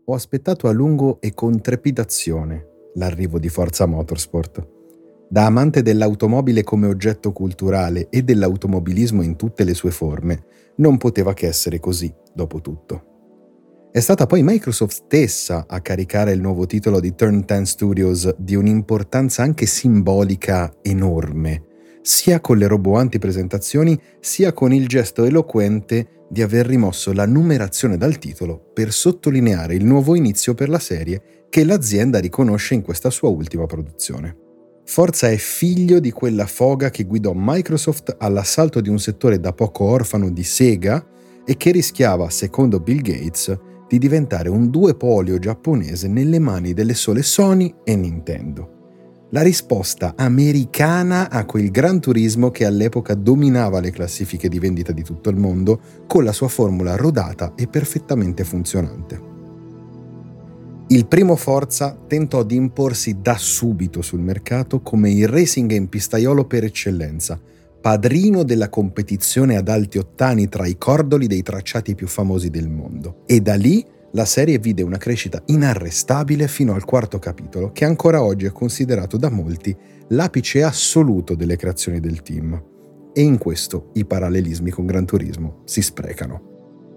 Ho aspettato a lungo e con trepidazione l'arrivo di Forza Motorsport. Da amante dell'automobile come oggetto culturale e dell'automobilismo in tutte le sue forme, non poteva che essere così, dopo tutto. È stata poi Microsoft stessa a caricare il nuovo titolo di Turn 10 Studios di un'importanza anche simbolica enorme, sia con le roboanti presentazioni, sia con il gesto eloquente di aver rimosso la numerazione dal titolo per sottolineare il nuovo inizio per la serie che l'azienda riconosce in questa sua ultima produzione. Forza è figlio di quella foga che guidò Microsoft all'assalto di un settore da poco orfano di Sega e che rischiava, secondo Bill Gates, di diventare un duopolio giapponese nelle mani delle sole Sony e Nintendo. La risposta americana a quel Gran Turismo che all'epoca dominava le classifiche di vendita di tutto il mondo con la sua formula rodata e perfettamente funzionante. Il primo Forza tentò di imporsi da subito sul mercato come il racing game pistaiolo per eccellenza, padrino della competizione ad alti ottani tra i cordoli dei tracciati più famosi del mondo. E da lì la serie vide una crescita inarrestabile fino al quarto capitolo, che ancora oggi è considerato da molti l'apice assoluto delle creazioni del team. E in questo i parallelismi con Gran Turismo si sprecano.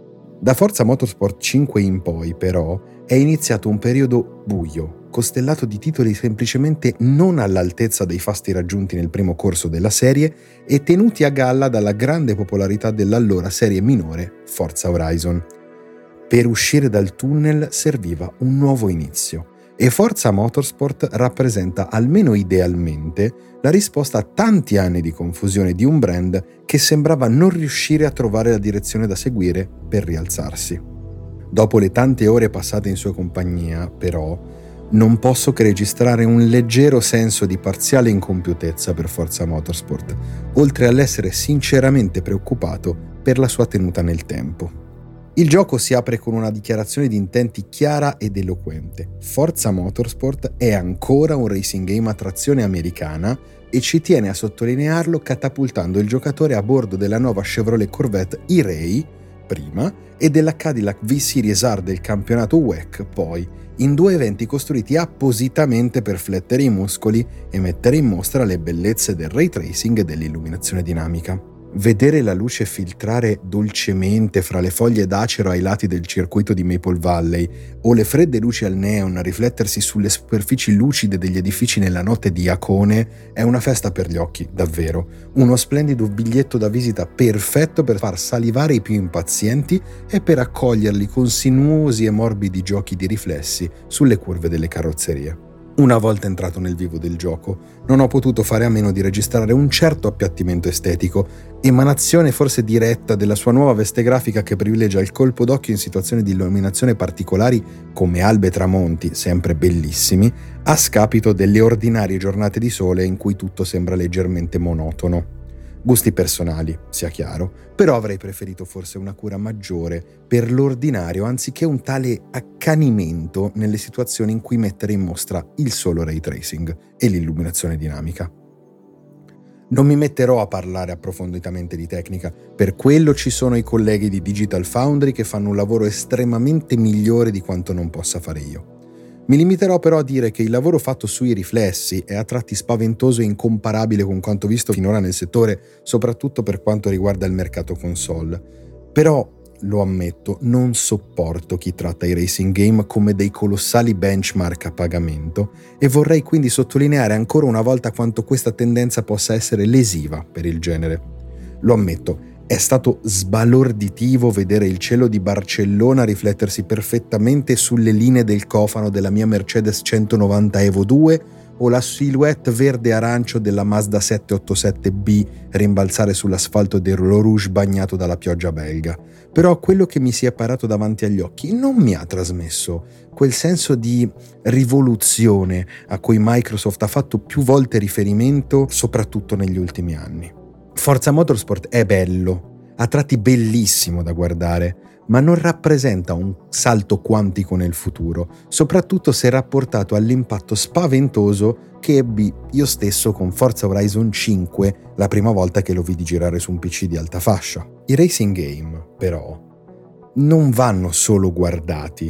Da Forza Motorsport 5 in poi, però, è iniziato un periodo buio, costellato di titoli semplicemente non all'altezza dei fasti raggiunti nel primo corso della serie e tenuti a galla dalla grande popolarità dell'allora serie minore Forza Horizon. Per uscire dal tunnel serviva un nuovo inizio e Forza Motorsport rappresenta, almeno idealmente, la risposta a tanti anni di confusione di un brand che sembrava non riuscire a trovare la direzione da seguire per rialzarsi. Dopo le tante ore passate in sua compagnia, però, non posso che registrare un leggero senso di parziale incompiutezza per Forza Motorsport, oltre all'essere sinceramente preoccupato per la sua tenuta nel tempo. Il gioco si apre con una dichiarazione di intenti chiara ed eloquente. Forza Motorsport è ancora un racing game a trazione americana e ci tiene a sottolinearlo catapultando il giocatore a bordo della nuova Chevrolet Corvette E-Ray, prima, e della Cadillac V-Series R del campionato WEC, poi, in due eventi costruiti appositamente per flettere i muscoli e mettere in mostra le bellezze del ray tracing e dell'illuminazione dinamica. Vedere la luce filtrare dolcemente fra le foglie d'acero ai lati del circuito di Maple Valley o le fredde luci al neon riflettersi sulle superfici lucide degli edifici nella notte di Hakone è una festa per gli occhi, davvero. Uno splendido biglietto da visita perfetto per far salivare i più impazienti e per accoglierli con sinuosi e morbidi giochi di riflessi sulle curve delle carrozzerie. Una volta entrato nel vivo del gioco, non ho potuto fare a meno di registrare un certo appiattimento estetico, emanazione forse diretta della sua nuova veste grafica che privilegia il colpo d'occhio in situazioni di illuminazione particolari come albe e tramonti, sempre bellissimi, a scapito delle ordinarie giornate di sole in cui tutto sembra leggermente monotono. Gusti personali, sia chiaro, però avrei preferito forse una cura maggiore per l'ordinario anziché un tale accanimento nelle situazioni in cui mettere in mostra il solo ray tracing e l'illuminazione dinamica. Non mi metterò a parlare approfonditamente di tecnica, per quello ci sono i colleghi di Digital Foundry che fanno un lavoro estremamente migliore di quanto non possa fare io. Mi limiterò però a dire che il lavoro fatto sui riflessi è a tratti spaventoso e incomparabile con quanto visto finora nel settore, soprattutto per quanto riguarda il mercato console. Però, lo ammetto, non sopporto chi tratta i racing game come dei colossali benchmark a pagamento e vorrei quindi sottolineare ancora una volta quanto questa tendenza possa essere lesiva per il genere. Lo ammetto, è stato sbalorditivo vedere il cielo di Barcellona riflettersi perfettamente sulle linee del cofano della mia Mercedes 190 Evo 2 o la silhouette verde-arancio della Mazda 787B rimbalzare sull'asfalto del Rouge bagnato dalla pioggia belga. Però quello che mi si è parato davanti agli occhi non mi ha trasmesso quel senso di rivoluzione a cui Microsoft ha fatto più volte riferimento, soprattutto negli ultimi anni. Forza Motorsport è bello, a tratti bellissimo da guardare, ma non rappresenta un salto quantico nel futuro, soprattutto se rapportato all'impatto spaventoso che ebbi io stesso con Forza Horizon 5 la prima volta che lo vidi girare su un PC di alta fascia. I racing game, però, non vanno solo guardati,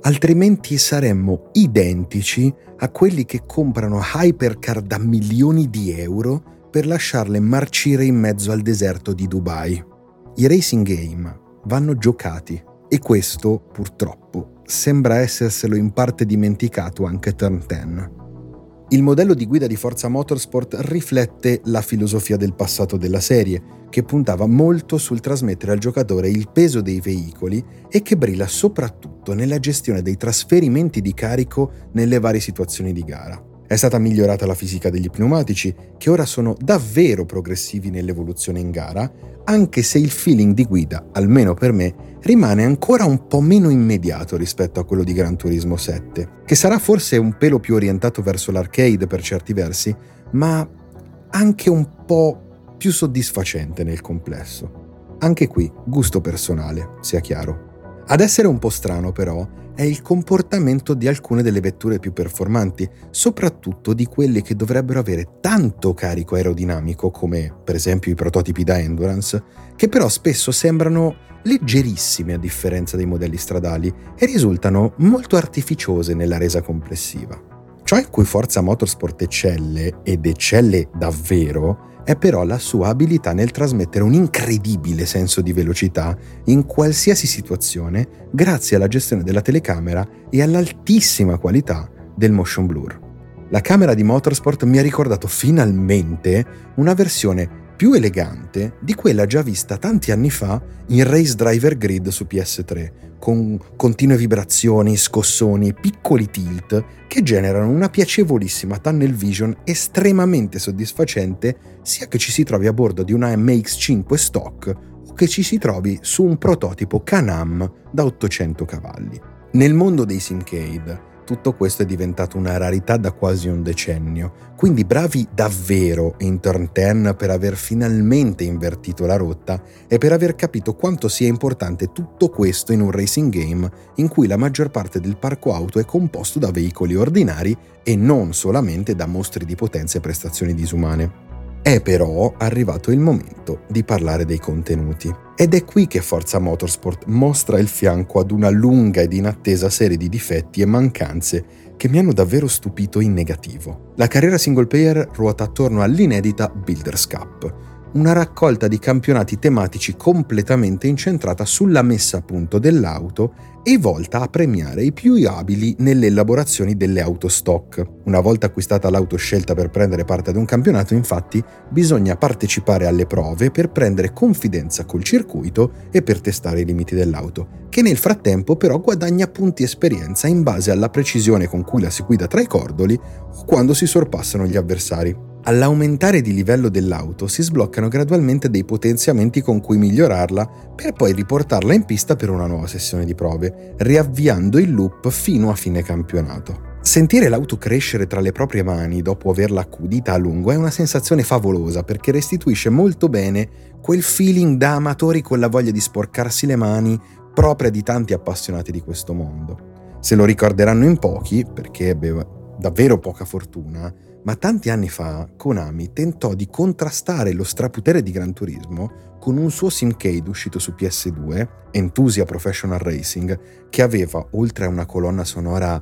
altrimenti saremmo identici a quelli che comprano hypercar da milioni di euro per lasciarle marcire in mezzo al deserto di Dubai. I racing game vanno giocati e questo, purtroppo, sembra esserselo in parte dimenticato anche Turn 10. Il modello di guida di Forza Motorsport riflette la filosofia del passato della serie, che puntava molto sul trasmettere al giocatore il peso dei veicoli e che brilla soprattutto nella gestione dei trasferimenti di carico nelle varie situazioni di gara. È stata migliorata la fisica degli pneumatici, che ora sono davvero progressivi nell'evoluzione in gara, anche se il feeling di guida, almeno per me, rimane ancora un po' meno immediato rispetto a quello di Gran Turismo 7, che sarà forse un pelo più orientato verso l'arcade per certi versi, ma anche un po' più soddisfacente nel complesso. Anche qui, gusto personale, sia chiaro. Ad essere un po' strano, però, è il comportamento di alcune delle vetture più performanti, soprattutto di quelle che dovrebbero avere tanto carico aerodinamico, come per esempio i prototipi da endurance, che però spesso sembrano leggerissime a differenza dei modelli stradali e risultano molto artificiose nella resa complessiva. Ciò in cui Forza Motorsport eccelle, ed eccelle davvero, è però la sua abilità nel trasmettere un incredibile senso di velocità in qualsiasi situazione grazie alla gestione della telecamera e all'altissima qualità del motion blur. La camera di Motorsport mi ha ricordato finalmente una versione più elegante di quella già vista tanti anni fa in Race Driver Grid su PS3, con continue vibrazioni, scossoni, piccoli tilt che generano una piacevolissima tunnel vision estremamente soddisfacente sia che ci si trovi a bordo di una MX-5 stock o che ci si trovi su un prototipo Can-Am da 800 cavalli. Nel mondo dei simcade tutto questo è diventato una rarità da quasi un decennio, quindi bravi davvero in Turn 10 per aver finalmente invertito la rotta e per aver capito quanto sia importante tutto questo in un racing game in cui la maggior parte del parco auto è composto da veicoli ordinari e non solamente da mostri di potenza e prestazioni disumane. È però arrivato il momento di parlare dei contenuti. Ed è qui che Forza Motorsport mostra il fianco ad una lunga ed inattesa serie di difetti e mancanze che mi hanno davvero stupito in negativo. La carriera single player ruota attorno all'inedita Builders Cup, una raccolta di campionati tematici completamente incentrata sulla messa a punto dell'auto e volta a premiare i più abili nelle elaborazioni delle auto stock. Una volta acquistata l'auto scelta per prendere parte ad un campionato, infatti, bisogna partecipare alle prove per prendere confidenza col circuito e per testare i limiti dell'auto, che nel frattempo però guadagna punti esperienza in base alla precisione con cui la si guida tra i cordoli o quando si sorpassano gli avversari. All'aumentare di livello dell'auto si sbloccano gradualmente dei potenziamenti con cui migliorarla per poi riportarla in pista per una nuova sessione di prove, riavviando il loop fino a fine campionato. Sentire l'auto crescere tra le proprie mani dopo averla accudita a lungo è una sensazione favolosa perché restituisce molto bene quel feeling da amatori con la voglia di sporcarsi le mani propria di tanti appassionati di questo mondo. Se lo ricorderanno in pochi, perché ebbe davvero poca fortuna, ma tanti anni fa Konami tentò di contrastare lo strapotere di Gran Turismo con un suo simcade uscito su PS2, Enthusia Professional Racing, che aveva, oltre a una colonna sonora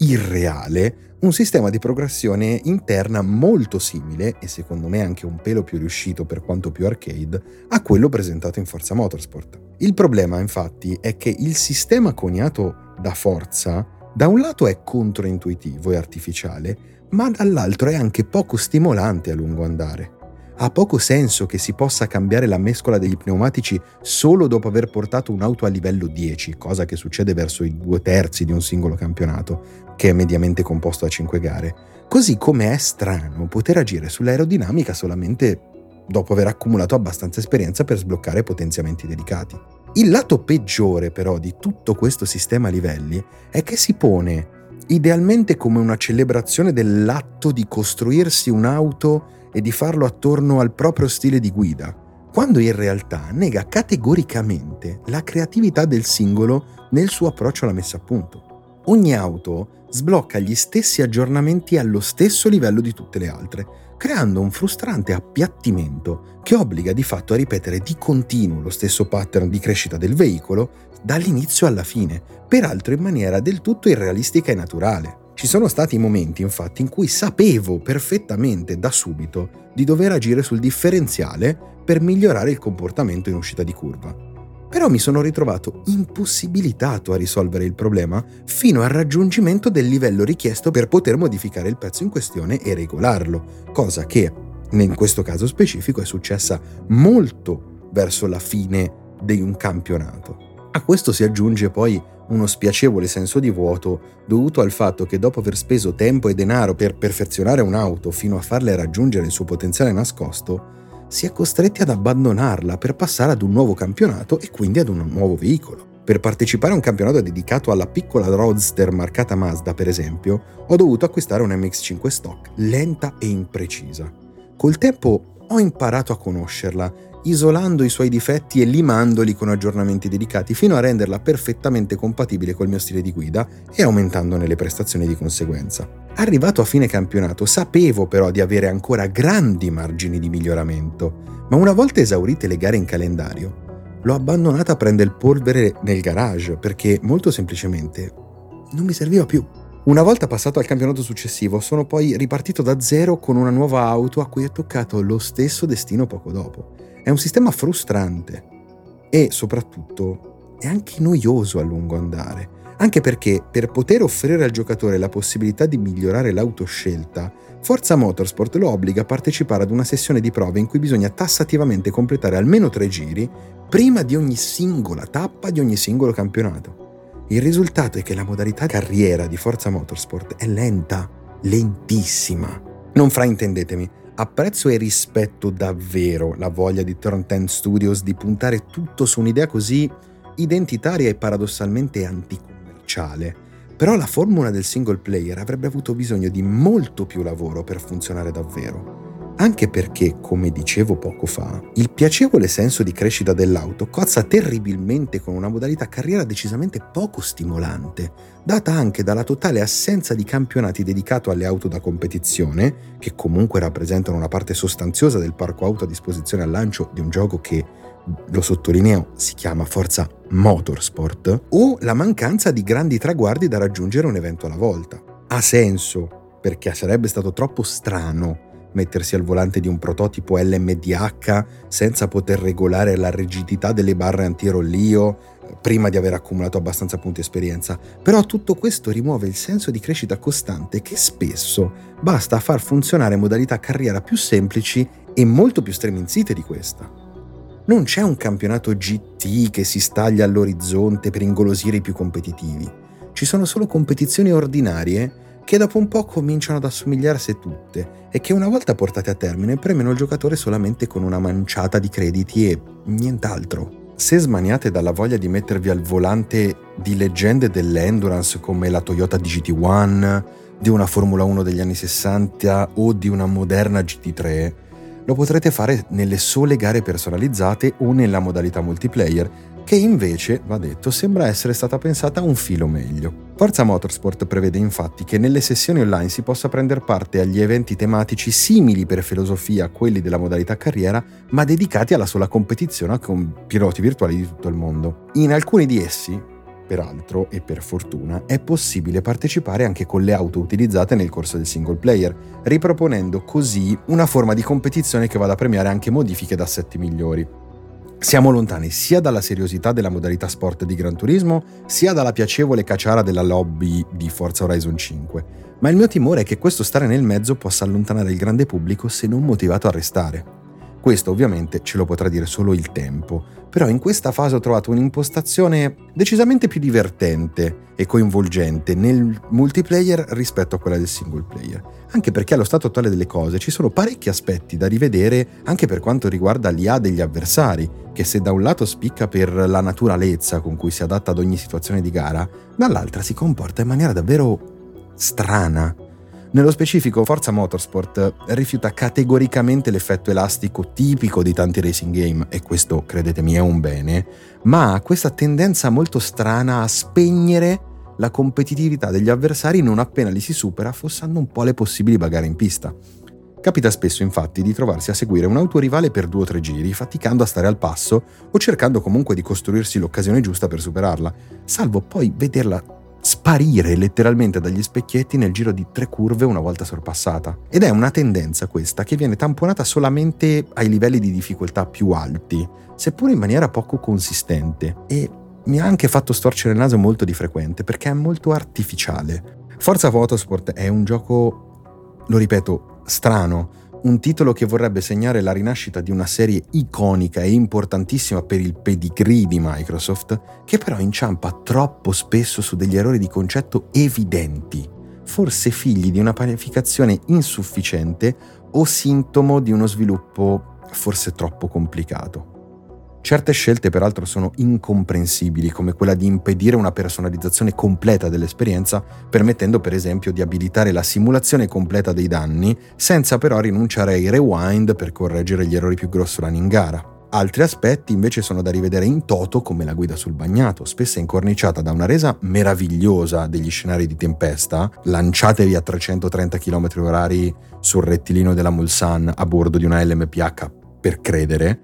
irreale, un sistema di progressione interna molto simile, e secondo me anche un pelo più riuscito per quanto più arcade, a quello presentato in Forza Motorsport. Il problema, infatti, è che il sistema coniato da Forza da un lato è controintuitivo e artificiale, ma dall'altro è anche poco stimolante a lungo andare. Ha poco senso che si possa cambiare la mescola degli pneumatici solo dopo aver portato un'auto a livello 10, cosa che succede verso i 2/3 di un singolo campionato, che è mediamente composto da 5 gare. Così come è strano poter agire sull'aerodinamica solamente dopo aver accumulato abbastanza esperienza per sbloccare potenziamenti delicati. Il lato peggiore però di tutto questo sistema a livelli è che si pone idealmente come una celebrazione dell'atto di costruirsi un'auto e di farlo attorno al proprio stile di guida, quando in realtà nega categoricamente la creatività del singolo nel suo approccio alla messa a punto. Ogni auto sblocca gli stessi aggiornamenti allo stesso livello di tutte le altre, creando un frustrante appiattimento che obbliga di fatto a ripetere di continuo lo stesso pattern di crescita del veicolo dall'inizio alla fine, peraltro in maniera del tutto irrealistica e naturale. Ci sono stati momenti, infatti, in cui sapevo perfettamente da subito di dover agire sul differenziale per migliorare il comportamento in uscita di curva. Però mi sono ritrovato impossibilitato a risolvere il problema fino al raggiungimento del livello richiesto per poter modificare il pezzo in questione e regolarlo, cosa che, in questo caso specifico, è successa molto verso la fine di un campionato. A questo si aggiunge poi uno spiacevole senso di vuoto dovuto al fatto che dopo aver speso tempo e denaro per perfezionare un'auto fino a farle raggiungere il suo potenziale nascosto, si è costretti ad abbandonarla per passare ad un nuovo campionato e quindi ad un nuovo veicolo. Per partecipare a un campionato dedicato alla piccola roadster marcata Mazda, per esempio, ho dovuto acquistare un MX-5 stock, lenta e imprecisa. Col tempo ho imparato a conoscerla, isolando i suoi difetti e limandoli con aggiornamenti dedicati fino a renderla perfettamente compatibile col mio stile di guida e aumentandone le prestazioni di conseguenza. Arrivato a fine campionato sapevo però di avere ancora grandi margini di miglioramento, ma una volta esaurite le gare in calendario l'ho abbandonata a prendere polvere nel garage perché molto semplicemente non mi serviva più. Una volta passato al campionato successivo sono poi ripartito da zero con una nuova auto a cui è toccato lo stesso destino poco dopo. È un sistema frustrante e soprattutto è anche noioso a lungo andare, anche perché per poter offrire al giocatore la possibilità di migliorare l'autoscelta, Forza Motorsport lo obbliga a partecipare ad una sessione di prove in cui bisogna tassativamente completare almeno 3 giri prima di ogni singola tappa di ogni singolo campionato. Il risultato è che la modalità carriera di Forza Motorsport è lenta, lentissima. Non fraintendetemi, apprezzo e rispetto davvero la voglia di Turn 10 Studios di puntare tutto su un'idea così identitaria e paradossalmente anticommerciale, però la formula del single player avrebbe avuto bisogno di molto più lavoro per funzionare davvero. Anche perché, come dicevo poco fa, il piacevole senso di crescita dell'auto cozza terribilmente con una modalità carriera decisamente poco stimolante, data anche dalla totale assenza di campionati dedicati alle auto da competizione, che comunque rappresentano una parte sostanziosa del parco auto a disposizione al lancio di un gioco che, lo sottolineo, si chiama Forza Motorsport, o la mancanza di grandi traguardi da raggiungere un evento alla volta. Ha senso, perché sarebbe stato troppo strano mettersi al volante di un prototipo LMDH senza poter regolare la rigidità delle barre antirollio prima di aver accumulato abbastanza punti esperienza, però tutto questo rimuove il senso di crescita costante che spesso basta a far funzionare modalità carriera più semplici e molto più striminzite di questa. Non c'è un campionato GT che si staglia all'orizzonte per ingolosire i più competitivi. Ci sono solo competizioni ordinarie che dopo un po' cominciano ad assomigliarsi tutte e che una volta portate a termine premiano il giocatore solamente con una manciata di crediti e nient'altro. Se smaniate dalla voglia di mettervi al volante di leggende dell'endurance come la Toyota DGT1, di una Formula 1 degli anni 60 o di una moderna GT3, lo potrete fare nelle sole gare personalizzate o nella modalità multiplayer, che invece, va detto, sembra essere stata pensata un filo meglio. Forza Motorsport prevede infatti che nelle sessioni online si possa prendere parte agli eventi tematici simili per filosofia a quelli della modalità carriera, ma dedicati alla sola competizione con piloti virtuali di tutto il mondo. In alcuni di essi, peraltro, e per fortuna, è possibile partecipare anche con le auto utilizzate nel corso del single player, riproponendo così una forma di competizione che vada a premiare anche modifiche d'assetti migliori. Siamo lontani sia dalla seriosità della modalità sport di Gran Turismo, sia dalla piacevole caciara della lobby di Forza Horizon 5, ma il mio timore è che questo stare nel mezzo possa allontanare il grande pubblico se non motivato a restare. Questo ovviamente ce lo potrà dire solo il tempo, però in questa fase ho trovato un'impostazione decisamente più divertente e coinvolgente nel multiplayer rispetto a quella del single player, anche perché allo stato attuale delle cose ci sono parecchi aspetti da rivedere anche per quanto riguarda l'IA degli avversari, che se da un lato spicca per la naturalezza con cui si adatta ad ogni situazione di gara, dall'altra si comporta in maniera davvero strana. Nello specifico, Forza Motorsport rifiuta categoricamente l'effetto elastico tipico di tanti racing game, e questo, credetemi, è un bene, ma ha questa tendenza molto strana a spegnere la competitività degli avversari non appena li si supera, affossando un po' le possibili bagarre in pista. Capita spesso infatti di trovarsi a seguire un autorivale per 2 o 3 giri, faticando a stare al passo o cercando comunque di costruirsi l'occasione giusta per superarla, salvo poi vederla sparire letteralmente dagli specchietti nel giro di 3 curve una volta sorpassata. Ed è una tendenza questa che viene tamponata solamente ai livelli di difficoltà più alti, seppure in maniera poco consistente, e mi ha anche fatto storcere il naso molto di frequente perché è molto artificiale. Forza Motorsport è un gioco, lo ripeto, strano, un titolo che vorrebbe segnare la rinascita di una serie iconica e importantissima per il pedigree di Microsoft, che però inciampa troppo spesso su degli errori di concetto evidenti, forse figli di una pianificazione insufficiente o sintomo di uno sviluppo forse troppo complicato. Certe scelte peraltro sono incomprensibili, come quella di impedire una personalizzazione completa dell'esperienza, permettendo per esempio di abilitare la simulazione completa dei danni, senza però rinunciare ai rewind per correggere gli errori più grossolani in gara. Altri aspetti invece sono da rivedere in toto, come la guida sul bagnato, spesso incorniciata da una resa meravigliosa degli scenari di tempesta, lanciatevi a 330 km/h sul rettilineo della Mulsanne a bordo di una LMPH per credere,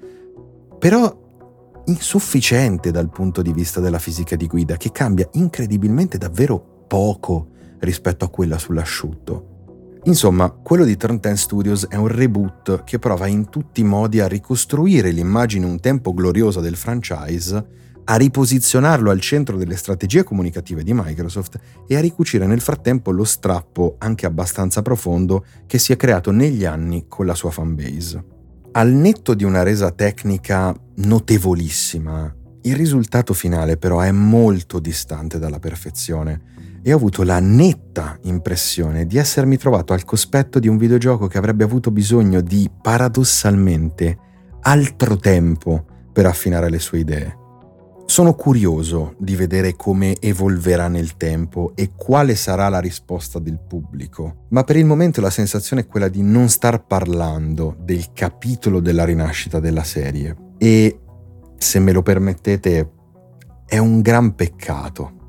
però insufficiente dal punto di vista della fisica di guida, che cambia incredibilmente davvero poco rispetto a quella sull'asciutto. Insomma, quello di Turn 10 Studios è un reboot che prova in tutti i modi a ricostruire l'immagine un tempo gloriosa del franchise, a riposizionarlo al centro delle strategie comunicative di Microsoft e a ricucire nel frattempo lo strappo, anche abbastanza profondo, che si è creato negli anni con la sua fanbase. Al netto di una resa tecnica notevolissima, il risultato finale però è molto distante dalla perfezione e ho avuto la netta impressione di essermi trovato al cospetto di un videogioco che avrebbe avuto bisogno di, paradossalmente, altro tempo per affinare le sue idee. Sono curioso di vedere come evolverà nel tempo e quale sarà la risposta del pubblico, ma per il momento la sensazione è quella di non star parlando del capitolo della rinascita della serie e, se me lo permettete, è un gran peccato.